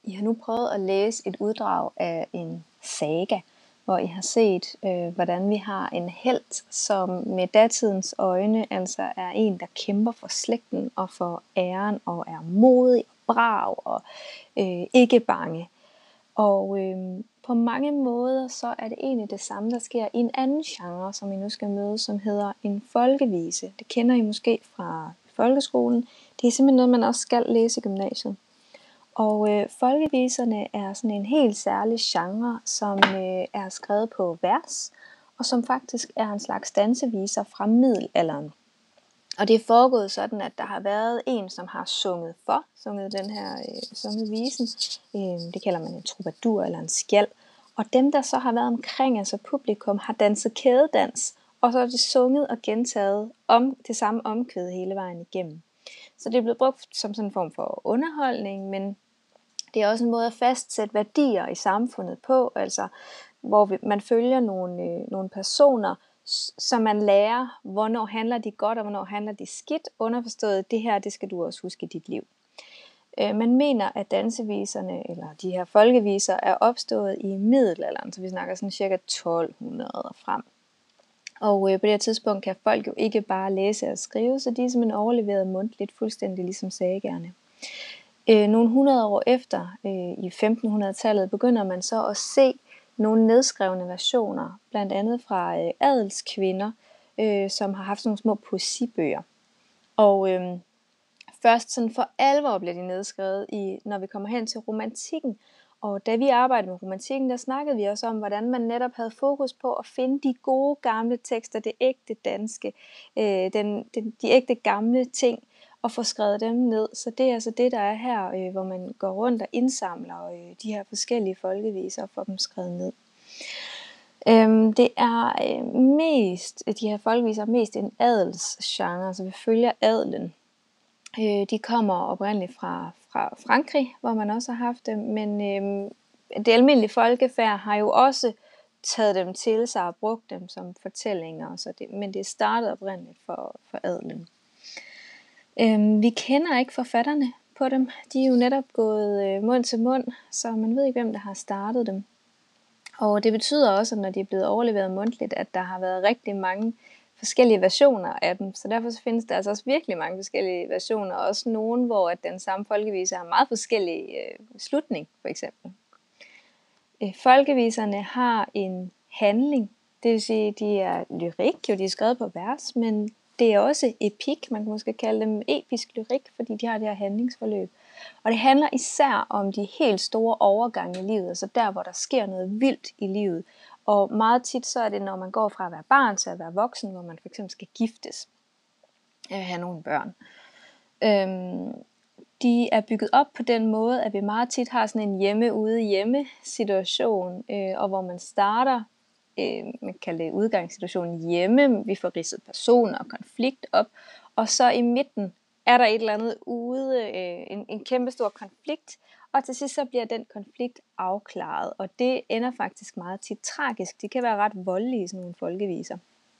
I har nu prøvet at læse et uddrag af en saga, hvor I har set, hvordan vi har en helt, som med datidens øjne altså er en, der kæmper for slægten og for æren og er modig og brav og ikke bange. Og på mange måder så er det egentlig det samme, der sker i en anden genre, som I nu skal møde, som hedder en folkevise. Det kender I måske fra folkeskolen. Det er simpelthen noget, man også skal læse i gymnasiet. Og folkeviserne er sådan en helt særlig genre, som er skrevet på vers, og som faktisk er en slags danseviser fra middelalderen. Og det er foregået sådan, at der har været en, som har sunget den her sunget visen. Det kalder man en troubadour eller en skjald. Og dem, der så har været omkring, altså publikum, har danset kædedans, og så har de sunget og gentaget det samme omkvæd hele vejen igennem. Så det er blevet brugt som sådan en form for underholdning, men det er også en måde at fastsætte værdier i samfundet på, altså hvor man følger nogle personer, så man lærer, hvornår handler de godt, og hvornår handler de skidt, underforstået, det her, det skal du også huske i dit liv. Man mener, at danseviserne, eller de her folkeviser, er opstået i middelalderen, så vi snakker sådan cirka 1200 og frem. Og på det her tidspunkt kan folk jo ikke bare læse og skrive, så de er simpelthen overleveret mundtligt, fuldstændig ligesom sagerne. Nogle 100 år efter, i 1500-tallet, begynder man så at se nogle nedskrevne versioner, blandt andet fra adelskvinder, som har haft nogle små poesibøger. Og først sådan for alvor bliver de nedskrevet, når vi kommer hen til romantikken. Og da vi arbejdede med romantikken, der snakkede vi også om, hvordan man netop havde fokus på at finde de gode gamle tekster, det ægte danske, de ægte gamle ting, og få skrevet dem ned. Så det er altså det, der er her, hvor man går rundt og indsamler de her forskellige folkeviser og får dem skrevet ned. Det er de her folkeviser mest en adelsgenre, så vi følger adelen. De kommer oprindeligt fra Frankrig, hvor man også har haft dem, men det almindelige folkefærd har jo også taget dem til sig og brugt dem som fortællinger, men det startede oprindeligt for adelen. Vi kender ikke forfatterne på dem. De er jo netop gået mund til mund, så man ved ikke, hvem der har startet dem. Og det betyder også, at når de er blevet overleveret mundtligt, at der har været rigtig mange forskellige versioner af dem. Så derfor så findes der altså også virkelig mange forskellige versioner. Også nogle, hvor at den samme folkevise har meget forskellig slutning, for eksempel. Folkeviserne har en handling. Det vil sige, at de er lyrik, jo de er skrevet på vers, men det er også epik, man kan måske kalde dem episk lyrik, fordi de har det her handlingsforløb. Og det handler især om de helt store overgange i livet, altså der, hvor der sker noget vildt i livet. Og meget tit så er det, når man går fra at være barn til at være voksen, hvor man fx skal giftes, have nogle børn. De er bygget op på den måde, at vi meget tit har sådan en hjemme-ude-hjemme situation, og hvor man starter, man kan kalde det udgangssituationen hjemme, vi får ridset personer og konflikt op, og så i midten er der et eller andet ude, en kæmpe stor konflikt, og til sidst så bliver den konflikt afklaret, og det ender faktisk meget tit tragisk. De kan være ret voldelige, sådan nogle folkeviser.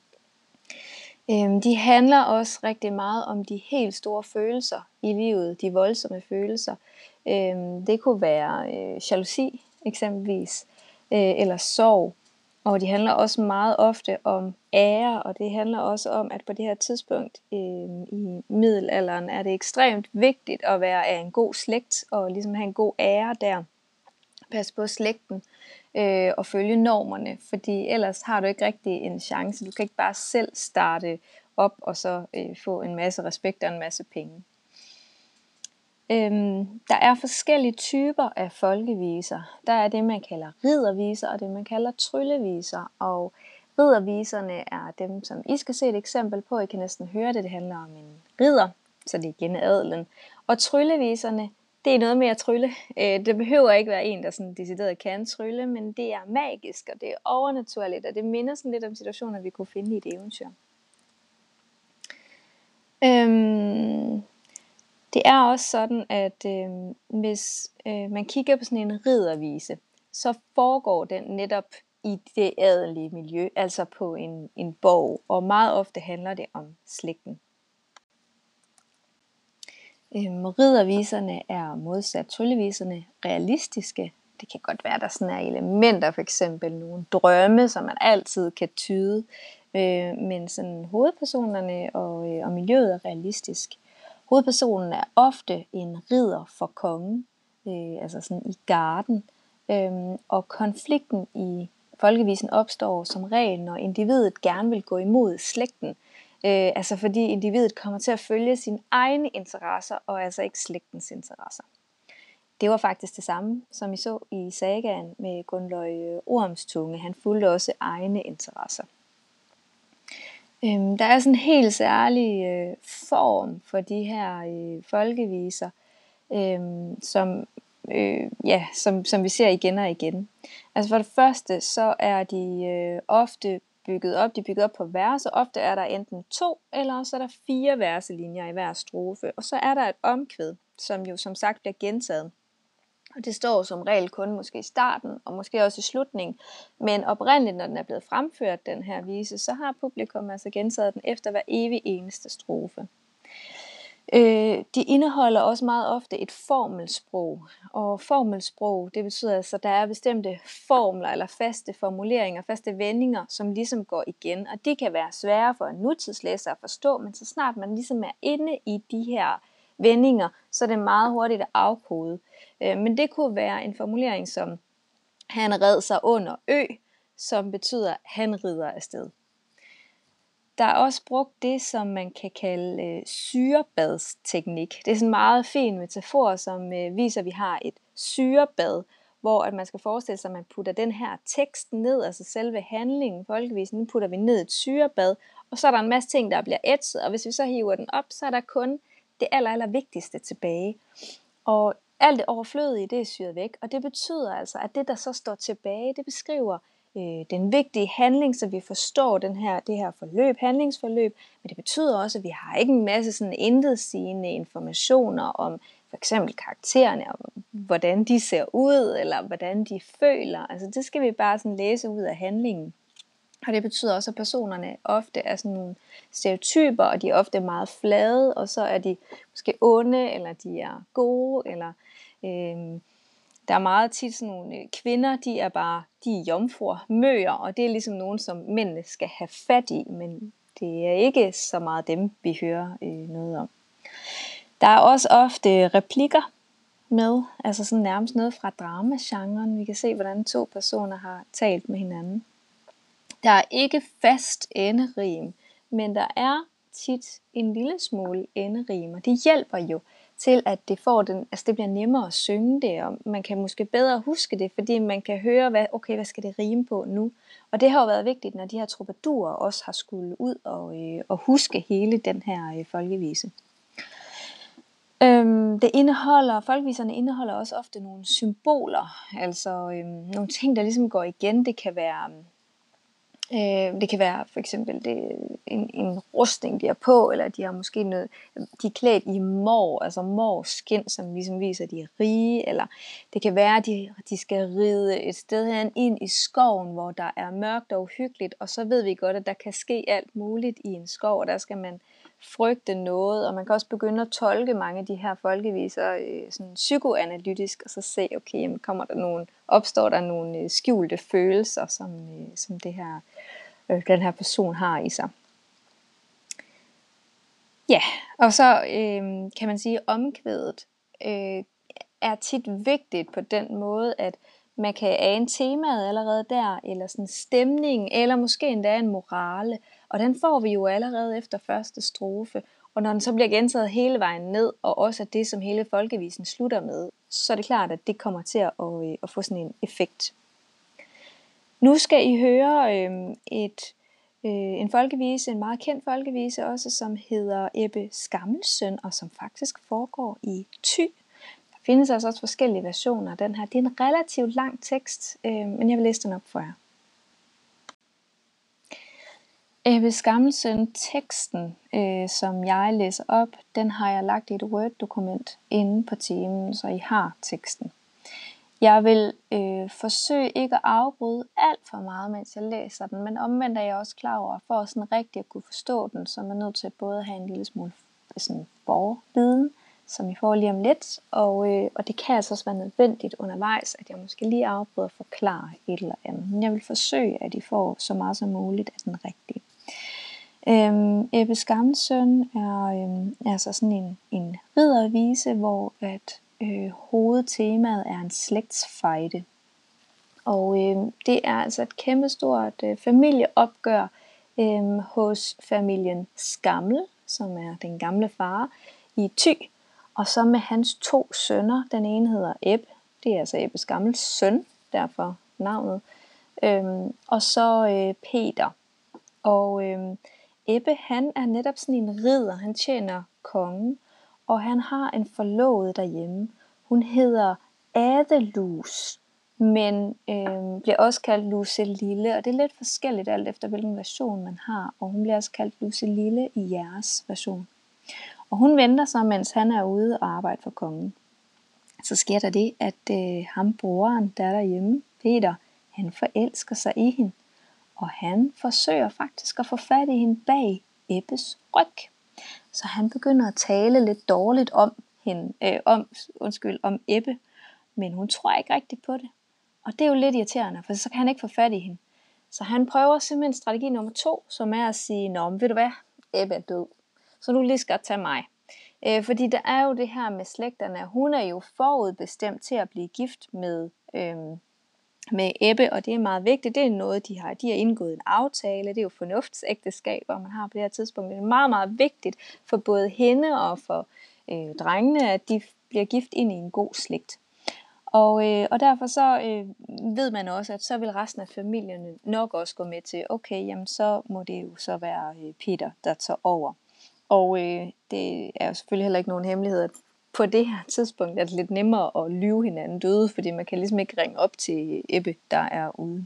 De handler også rigtig meget om de helt store følelser i livet, de voldsomme følelser. Det kunne være jalousi eksempelvis, eller sorg. Og de handler også meget ofte om ære, og det handler også om, at på det her tidspunkt i middelalderen er det ekstremt vigtigt at være af en god slægt, og ligesom have en god ære der. Pas på slægten og følge normerne, fordi ellers har du ikke rigtig en chance. Du kan ikke bare selv starte op og så få en masse respekt og en masse penge. Der er forskellige typer af folkeviser. Der er det, man kalder ridderviser, og det, man kalder trylleviser. Og ridderviserne er dem, som I skal se et eksempel på. I kan næsten høre det. Det handler om en ridder, så det er igen adelen. Og trylleviserne, det er noget med at trylle. Det behøver ikke være en, der sådan decideret kan trylle, men det er magisk, og det er overnaturligt, og det minder sådan lidt om situationer, vi kunne finde i et eventyr. Det er også sådan, at hvis man kigger på sådan en riddervise, så foregår den netop i det adelige miljø, altså på en borg, og meget ofte handler det om slægten. Ridderviserne er modsat trylleviserne realistiske. Det kan godt være, at der sådan er elementer, for eksempel nogle drømme, som man altid kan tyde, men sådan hovedpersonerne og miljøet er realistisk. Hovedpersonen er ofte en ridder for kongen, altså sådan i garden, og konflikten i folkevisen opstår som regel, når individet gerne vil gå imod slægten, altså fordi individet kommer til at følge sine egne interesser, og altså ikke slægtens interesser. Det var faktisk det samme, som I så i sagaen med Gunnløj Ormstunge. Han fulgte også egne interesser. Der er sådan en helt særlig form for de her folkeviser, som vi ser igen og igen. Altså for det første, så er de ofte bygget op. De er bygget op på verser. Ofte er der enten 2, eller så er der 4 verselinjer i hver strofe. Og så er der et omkvæd, som jo som sagt bliver gentaget. Og det står som regel kun måske i starten, og måske også i slutningen. Men oprindeligt, når den er blevet fremført, den her vise, så har publikum altså gentaget den efter hver evig eneste strofe. De indeholder også meget ofte et formelsprog, og formelsprog, det betyder altså, at der er bestemte formler eller faste formuleringer, faste vendinger, som ligesom går igen, og de kan være svære for en nutidslæser at forstå, men så snart man ligesom er inde i de her vendinger, så er det meget hurtigt at afkode. Men det kunne være en formulering som, han red sig under ø, som betyder, han rider afsted. Der er også brugt det, som man kan kalde syrebadsteknik. Det er sådan en meget fin metafor, som viser, at vi har et syrebad, hvor at man skal forestille sig, at man putter den her tekst ned, altså selve handlingen, folkevisen, den putter vi ned i et syrebad, og så er der en masse ting, der bliver ætset, og hvis vi så hiver den op, så er der kun det aller vigtigste tilbage. Og alt det overflødige, det er syret væk, og det betyder altså, at det, der så står tilbage, det beskriver den vigtige handling, så vi forstår det her handlingsforløb, men det betyder også, at vi har ikke en masse sådan intetsigende informationer om for eksempel karaktererne, og hvordan de ser ud, eller hvordan de føler. Altså det skal vi bare sådan læse ud af handlingen. Og det betyder også, at personerne ofte er sådan nogle stereotyper, og de er ofte meget flade, og så er de måske onde, eller de er gode, eller der er meget tit sådan nogle kvinder, de er jomfruer, møer, og det er ligesom nogen, som mændene skal have fat i, men det er ikke så meget dem, vi hører noget om. Der er også ofte replikker med, altså sådan nærmest noget fra dramagenren. Vi kan se, hvordan 2 personer har talt med hinanden. Der er ikke fast enderim, men der er tit en lille smule enderim, og det hjælper jo til, at det bliver nemmere at synge det, og man kan måske bedre huske det, fordi man kan høre, hvad skal det rime på nu? Og det har jo været vigtigt, når de her troubadurer også har skulle ud og huske hele den her folkevise. Folkeviserne indeholder også ofte nogle symboler, altså nogle ting, der ligesom går igen. Det kan være for eksempel en rustning, de har på, eller de har måske de er klædt i mår, altså mårskin, som ligesom viser, at de er rige, eller det kan være, at de skal ride et sted hen ind i skoven, hvor der er mørkt og uhyggeligt, og så ved vi godt, at der kan ske alt muligt i en skov, og der skal man frygte noget, og man kan også begynde at tolke mange af de her folkeviser sådan psykoanalytisk, og så se, okay, jamen, opstår der nogle skjulte følelser, som den her person har i sig. Ja, og så kan man sige, at omkvædet er tit vigtigt på den måde, at man kan ane temaet allerede der, eller sådan stemning, eller måske endda en morale, og den får vi jo allerede efter første strofe, og når den så bliver gentaget hele vejen ned, og også er det, som hele folkevisen slutter med, så er det klart, at det kommer til at få sådan en effekt. Nu skal I høre en folkevise, en meget kendt folkevise også, som hedder Ebbe Skammelsøn, og som faktisk foregår i Thy. Der findes altså også forskellige versioner af den her. Det er en relativt lang tekst, men jeg vil læse den op for jer. Ebbe Skammelsøn, teksten, som jeg læser op, den har jeg lagt i et Word-dokument inde på timen, så I har teksten. Jeg vil forsøge ikke at afbryde alt for meget, mens jeg læser den, men omvendt er jeg også klar over, for sådan rigtig at kunne forstå den, så er man nødt til både at have en lille smule sådan forviden, som I får lige om lidt, og det kan altså også være nødvendigt undervejs, at jeg måske lige afbryder og forklarer et eller andet. Men jeg vil forsøge, at I får så meget som muligt af den rigtige. Ebbe Skamsøn er altså sådan en riddervise, hvor at hovedtemaet er en slægtsfejde. Og det er altså et kæmpestort familieopgør hos familien Skammel, som er den gamle far, i Thy, og så med hans 2 sønner. Den ene hedder Ebbe, det er altså Ebbe Skammels søn, derfor navnet, og så Peter. Og Ebbe, han er netop sådan en ridder, han tjener kongen, og han har en forlovet derhjemme. Hun hedder Adelus, men bliver også kaldt Luselille, og det er lidt forskelligt alt efter hvilken version man har, og hun bliver også kaldt Luselille i jeres version. Og hun venter så, mens han er ude og arbejder for kongen. Så sker der det, at ham broren, der er derhjemme, Peter, han forelsker sig i hende, og han forsøger faktisk at få fat i hende bag Ebbes ryg. Så han begynder at tale lidt dårligt om hende, om Ebbe, men hun tror ikke rigtigt på det. Og det er jo lidt irriterende, for så kan han ikke få fat i hende. Så han prøver simpelthen strategi nummer 2, som er at sige, nå, ved du hvad, Ebbe er død, så du lige skal tage mig. Fordi der er jo det her med slægterne, hun er jo forudbestemt til at blive gift med Ebbe, og det er meget vigtigt. Det er noget, de har indgået en aftale. Det er jo fornuftsægteskaber, man har på det her tidspunkt. Det er meget, meget vigtigt for både hende og for drengene, at de bliver gift ind i en god slægt. Og derfor så ved man også, at så vil resten af familierne nok også gå med til, okay, jamen så må det jo så være Peter, der tager over. Og det er jo selvfølgelig heller ikke nogen hemmelighed, at på det her tidspunkt er det lidt nemmere at lyve hinanden døde, fordi man kan ligesom ikke ringe op til Ebbe, der er ude.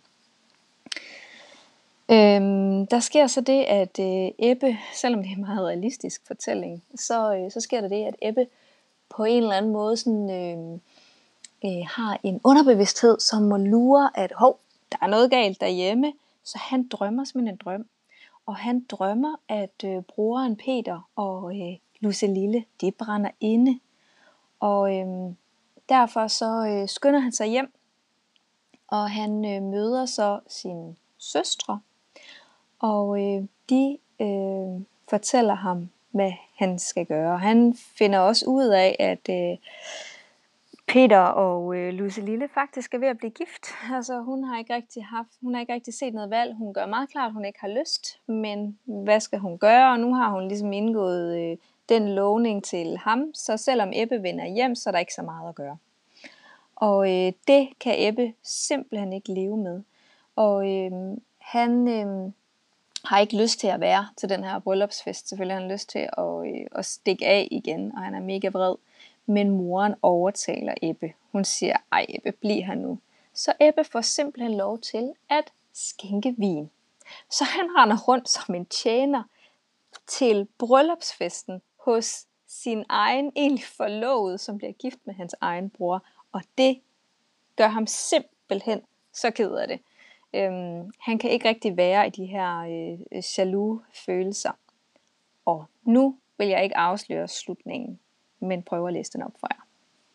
Der sker så det, at Ebbe, selvom det er en meget realistisk fortælling, så sker der det, at Ebbe på en eller anden måde sådan, har en underbevidsthed, som må lure, at der er noget galt derhjemme, så han drømmer simpelthen en drøm. Og han drømmer, at broren Peter og Luselille, de brænder inde. Og derfor så skynder han sig hjem, og han møder så sine søstre, og de fortæller ham, hvad han skal gøre. Han finder også ud af, at Peter og Luselille faktisk er ved at blive gift. Altså hun har ikke rigtig set noget valg. Hun gør meget klart, at hun ikke har lyst, men hvad skal hun gøre? Og nu har hun ligesom indgået den lovning til ham, så selvom Ebbe vender hjem, så er der ikke så meget at gøre. Og det kan Ebbe simpelthen ikke leve med. Og han har ikke lyst til at være til den her bryllupsfest. Selvfølgelig har han lyst til at stikke af igen, og han er mega vred. Men moren overtaler Ebbe. Hun siger, ej Ebbe, bliv her nu. Så Ebbe får simpelthen lov til at skænke vin. Så han render rundt som en tjener til bryllupsfesten hos sin egen egentlig forlovede, som bliver gift med hans egen bror. Og det gør ham simpelthen så ked af det. Han kan ikke rigtig være i de her jaloux følelser. Og nu vil jeg ikke afsløre slutningen, men prøve at læse den op for jer.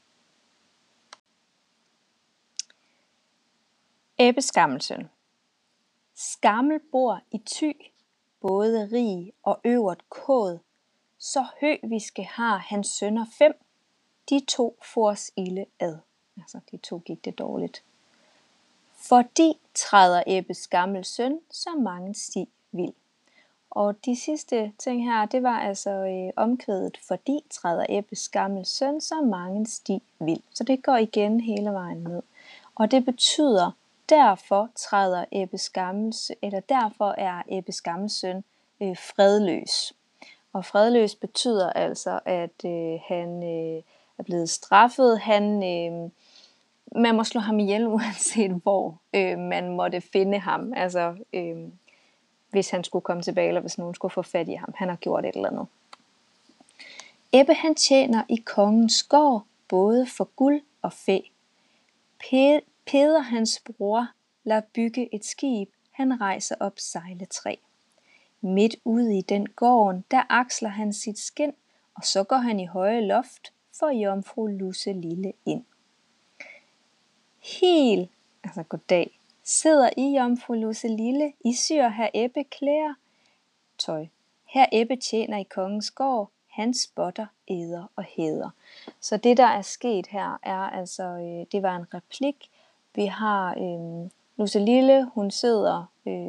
Ebbe Skammelsøn. Skammel bor i Thy, både rig og øvert kåd, så høviske har hans sønner 5, de 2 fors ilde ad. Altså, de 2 gik det dårligt. Fordi træder Ebbe Skammels søn, så mange sti vild. Og de sidste ting her, det var altså omkvædet, fordi træder Ebbe Skammels søn, så mange sti vild. Så det går igen hele vejen ned. Og det betyder, derfor er Ebbe Skammels søn fredløs. Og fredløs betyder altså, at han er blevet straffet. Man må slå ham ihjel, uanset hvor man måtte finde ham. Altså, hvis han skulle komme tilbage, eller hvis nogen skulle få fat i ham. Han har gjort et eller andet. Ebbe han tjener i kongens gård, både for guld og fæ. Peder hans bror lader bygge et skib, han rejser op sejletræ. Midt ude i den gården, der aksler han sit skind, og så går han i høje loft for jomfru Lusselille ind. Goddag, sidder I, jomfru Lusselille, I syr herr Ebbe klæder tøj. Herr Ebbe tjener i kongens gård, han spotter, æder og hæder. Så det, der er sket her, er altså, det var en replik. Vi har Lusselille, hun sidder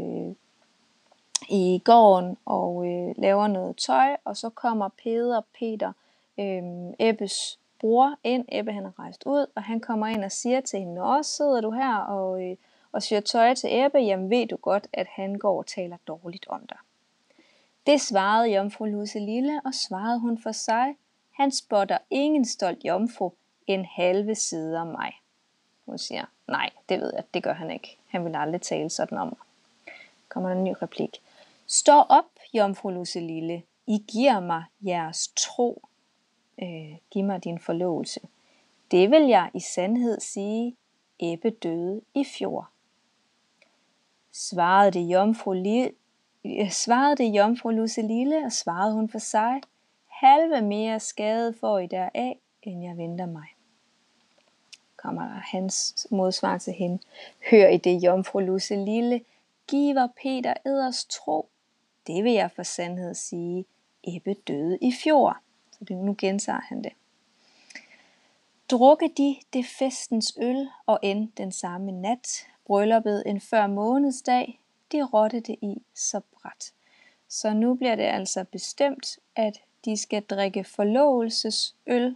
i gården og laver noget tøj, og så kommer Peter, Ebbes bror ind. Ebbe, han er rejst ud, og han kommer ind og siger til hende, også sidder du her og syr tøj til Ebbe, jamen ved du godt, at han går og taler dårligt om dig. Det svarede jomfru Lusselille, og svarede hun for sig, han spotter ingen stolt jomfru en halve side om mig. Hun siger, nej, det ved jeg, det gør han ikke. Han vil aldrig tale sådan om mig. Kommer der en ny replik. Stå op, jomfru Lusselille, I giver mig jeres tro. Giv mig din forlovelse. Det vil jeg i sandhed sige, Ebbe døde i fjor. Svarede det jomfru Lusselille, og svarede hun for sig, halve mere skade får I deraf, end jeg venter mig. Kommer der hans modsvar til hende. Hør I det, jomfru Lusselille, giver Peter eders tro. Det vil jeg for sandhed sige, Ebbe døde i fjor. Så nu gentager han det. Drukke de det festens øl, og end den samme nat, brylluppet en før månedsdag, de rotte det i så bræt. Så nu bliver det altså bestemt, at de skal drikke forlovelsesøl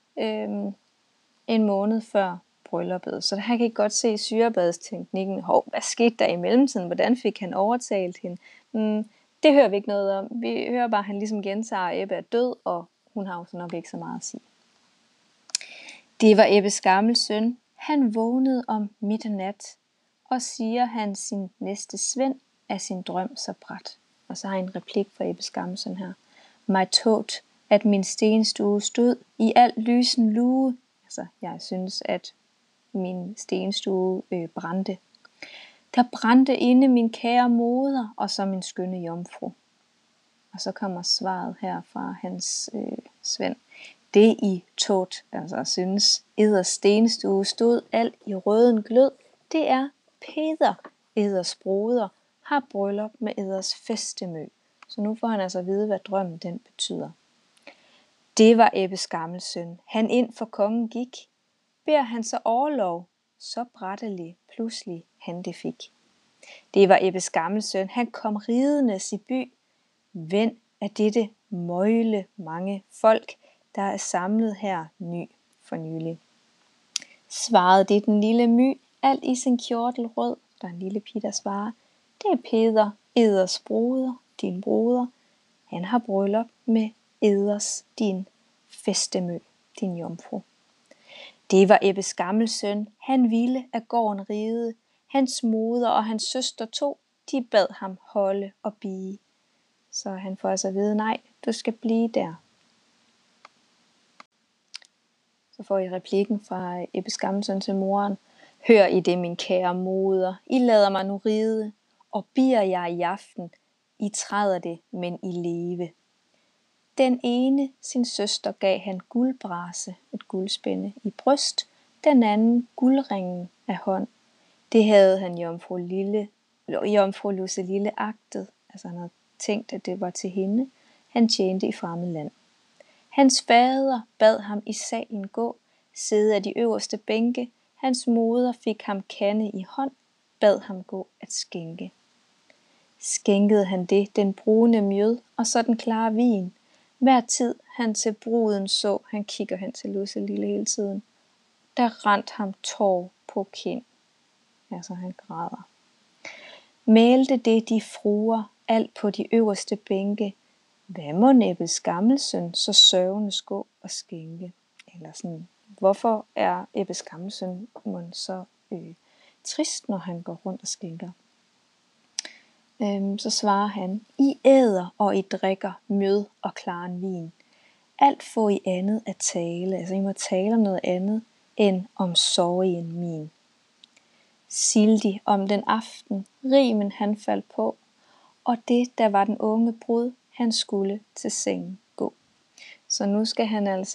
en måned før brylluppet. Så her kan I godt se syrebadsteknikken. Hvad skete der i mellemtiden? Hvordan fik han overtalt hende? Det hører vi ikke noget om. Vi hører bare, at han ligesom gentager, at Ebbe er død, og hun har jo så nok ikke så meget at sige. Det var Ebbes gamle søn. Han vågnede om midnat, og siger han sin næste Svend af sin drøm så bræt. Og så har jeg en replik fra Ebbes gamle søn her. Mig tåt, at min stenstue stod i al lysen lue. Altså, jeg synes, at min stenstue brændte. Der brændte inde min kære moder, og så min skønne jomfru. Og så kommer svaret her fra hans Svend. Det I tåt, altså synes, eders stenstue stod alt i røden glød, det er Peter, eders broder, har bryllup med eders festemø. Så nu får han altså at vide, hvad drømmen den betyder. Det var Ebbes gamle søn. Han ind for kongen gik. Beder han så overlov, så brættelig pludselig han det fik. Det var Ebbes gamle søn. Han kom ridende i by. Vend af dette møgle mange folk, der er samlet her ny for nylig. Svarede det den lille my, alt i sin kjortel rød, der en lille pige, der svarer. Det er Peter, eders broder, din broder. Han har bryllup med eders, din festemø, din jomfru. Det var Ebbes gamle søn. Han ville af gården ride. Hans moder og hans søster to, de bad ham holde og bige. Så han får altså at vide, nej, du skal blive der. Så får I replikken fra Ebbes gamle søn til moren. Hør I det, min kære moder, I lader mig nu ride, og bier jeg i aften, I træder det, men I leve. Den ene sin søster gav han guldbrase, et guldspænde i bryst, den anden guldringen af hånd. Det havde han jomfru Lusselille agtet, altså han havde tænkt, at det var til hende, han tjente i fremmed land. Hans fader bad ham i salen gå, sidde af de øverste bænke, hans moder fik ham kande i hånd, bad ham gå at skænke. Skænkede han det, den brune mjød, og så den klare vin. Hver tid han til bruden så, han kigger hen til Lusselille hele tiden. Der rent ham tår på kind. Altså han græder. Malte det de fruer, alt på de øverste bænke. Hvad må Ebbes gammelsøn så sørgende gå og skænke? Eller sådan, hvorfor er Ebbes gammelsøn så trist, når han går rundt og skænker? Så svarer han, I æder og I drikker mjød og klaren vin. Alt får I andet at tale, altså I må tale om noget andet, end om sorgen min. Sildig om den aften, rimen han faldt på, og det, der var den unge brud, han skulle til sengen gå. Så nu skal han altså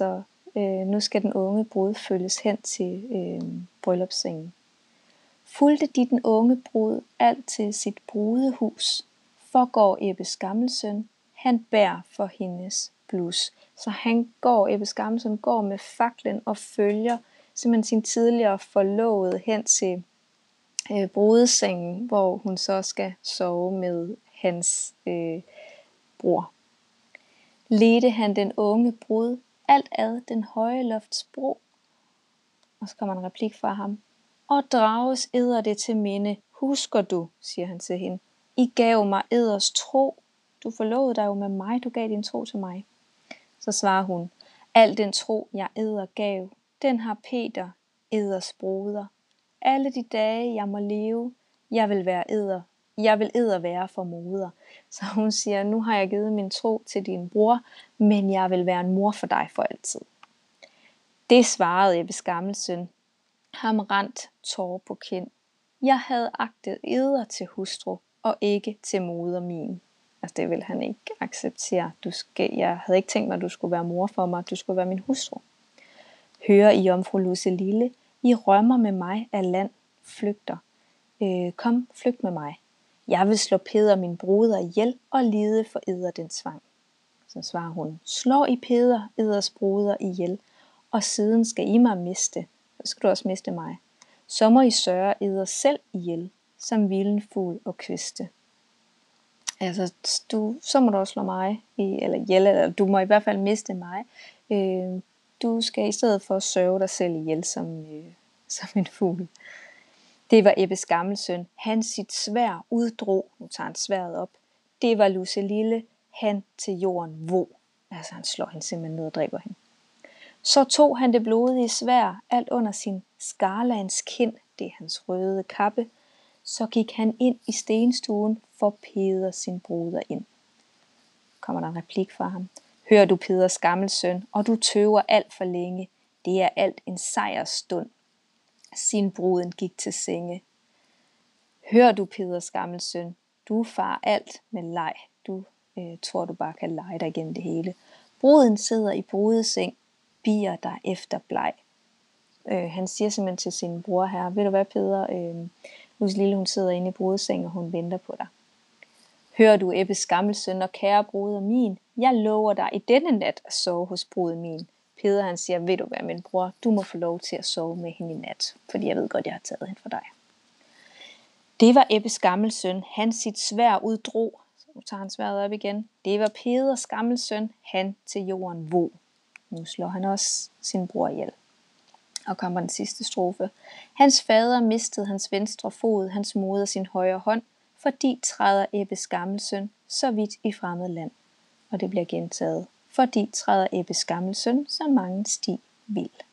Nu skal den unge brud følges hen til bryllupssengen. Fulgte de den unge brud alt til sit brudehus, forgår Ebbes gammelsøn, han bærer for hendes blus. Så Ebbes gammelsøn går med faklen og følger simpelthen sin tidligere forlovede hen til brudesengen, hvor hun så skal sove med hans bror. Ledte han den unge brud alt ad den høje lofts bro. Og så kommer en replik fra ham. Og drages eder det til minde, husker du, siger han til hende. I gav mig eders tro. Du forlovede dig jo med mig, du gav din tro til mig. Så svarer hun, al den tro jeg eder gav, den har Peter, eders broder. Alle de dage jeg må leve, jeg vil eder være for moder. Så hun siger, nu har jeg givet min tro til din bror, men jeg vil være en mor for dig for altid. Det svarede Ebbes gammelsøn, ham rent tårer på kind. Jeg havde agtet eder til hustru, og ikke til moder min. Altså det vil han ikke acceptere. Jeg havde ikke tænkt mig, at du skulle være mor for mig, at du skulle være min hustru. Hører I jomfru Luselille, I rømmer med mig af land, flygter. Kom, flygt med mig. Jeg vil slå Peder min broder ihjel og lide for eder den tvang. Så svarer hun, slår I Peder, eders broder ihjel, og siden skal I mig miste, så skal du også miste mig. Så må I sørge eder selv ihjel, som vilden fugl og kviste. Altså, så må du også slå mig ihjel, eller du må i hvert fald miste mig. Du skal i stedet for sørge dig selv ihjel som en fugl. Det var Ebbes gammelsøn. Han sit sværd uddrog. Nu tager han sværdet op. Det var Luselille. Han til jorden vog. Altså han slår hende simpelthen ned og dræber hende. Så tog han det blodige sværd alt under sin skarlagens kind. Det er hans røde kappe. Så gik han ind i stenstuen for Peder sin broder ind. Kommer der en replik fra ham. Hør du Peders gammelsøn, og du tøver alt for længe. Det er alt en sejrsstund. Sin bruden gik til senge. Hør du Peders gammelsøn, du far alt med leg. Du tror du bare kan lege dig igennem det hele. Bruden sidder i brudeseng, bier dig efter bleg. Han siger simpelthen til sin bror her, ved du hvad Peder, Luselille hun sidder inde i brudeseng, og hun venter på dig. Hør du Ebbes gammelsøn og kære broder min, jeg lover dig i denne nat at sove hos bruden min. Peder han siger, ved du hvad min bror, du må få lov til at sove med hende i nat, fordi jeg ved godt, jeg har taget hende fra dig. Det var Ebbes gammelsøn, han sit sværd uddrog. Så nu tager han sværdet op igen. Det var Peders gammelsøn, han til jorden vog. Nu slår han også sin bror ihjel. Og kommer den sidste strofe. Hans fader mistede hans venstre fod, hans moder sin højre hånd, fordi træder Ebbes gammelsøn så vidt i fremmed land. Og det bliver gentaget. Fordi træder Ebbes gammelsøn så mange sti vild.